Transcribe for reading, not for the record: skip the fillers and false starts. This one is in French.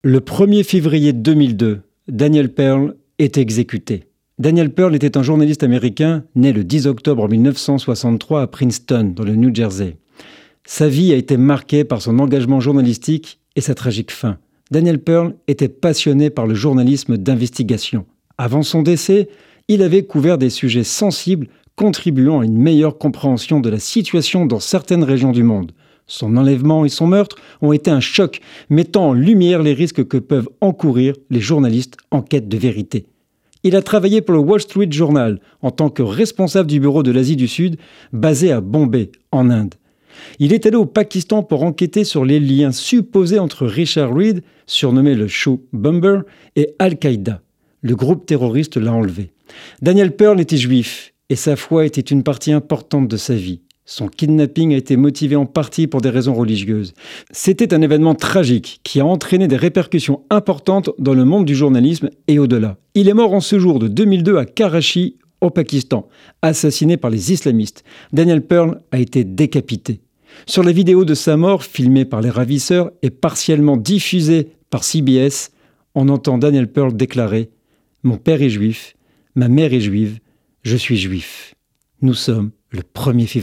Le 1er février 2002, Daniel Pearl est exécuté. Daniel Pearl était un journaliste américain né le 10 octobre 1963 à Princeton, dans le New Jersey. Sa vie a été marquée par son engagement journalistique et sa tragique fin. Daniel Pearl était passionné par le journalisme d'investigation. Avant son décès, il avait couvert des sujets sensibles contribuant à une meilleure compréhension de la situation dans certaines régions du monde. Son enlèvement et son meurtre ont été un choc, mettant en lumière les risques que peuvent encourir les journalistes en quête de vérité. Il a travaillé pour le Wall Street Journal en tant que responsable du bureau de l'Asie du Sud, basé à Bombay, en Inde. Il est allé au Pakistan pour enquêter sur les liens supposés entre Richard Reid, surnommé le Shoe Bomber, et Al-Qaïda. Le groupe terroriste l'a enlevé. Daniel Pearl était juif et sa foi était une partie importante de sa vie. Son kidnapping a été motivé en partie pour des raisons religieuses. C'était un événement tragique qui a entraîné des répercussions importantes dans le monde du journalisme et au-delà. Il est mort en ce jour de 2002 à Karachi, au Pakistan, assassiné par les islamistes. Daniel Pearl a été décapité. Sur la vidéo de sa mort, filmée par les ravisseurs et partiellement diffusée par CBS, on entend Daniel Pearl déclarer « Mon père est juif, ma mère est juive, je suis juif. Nous sommes le 1er février. »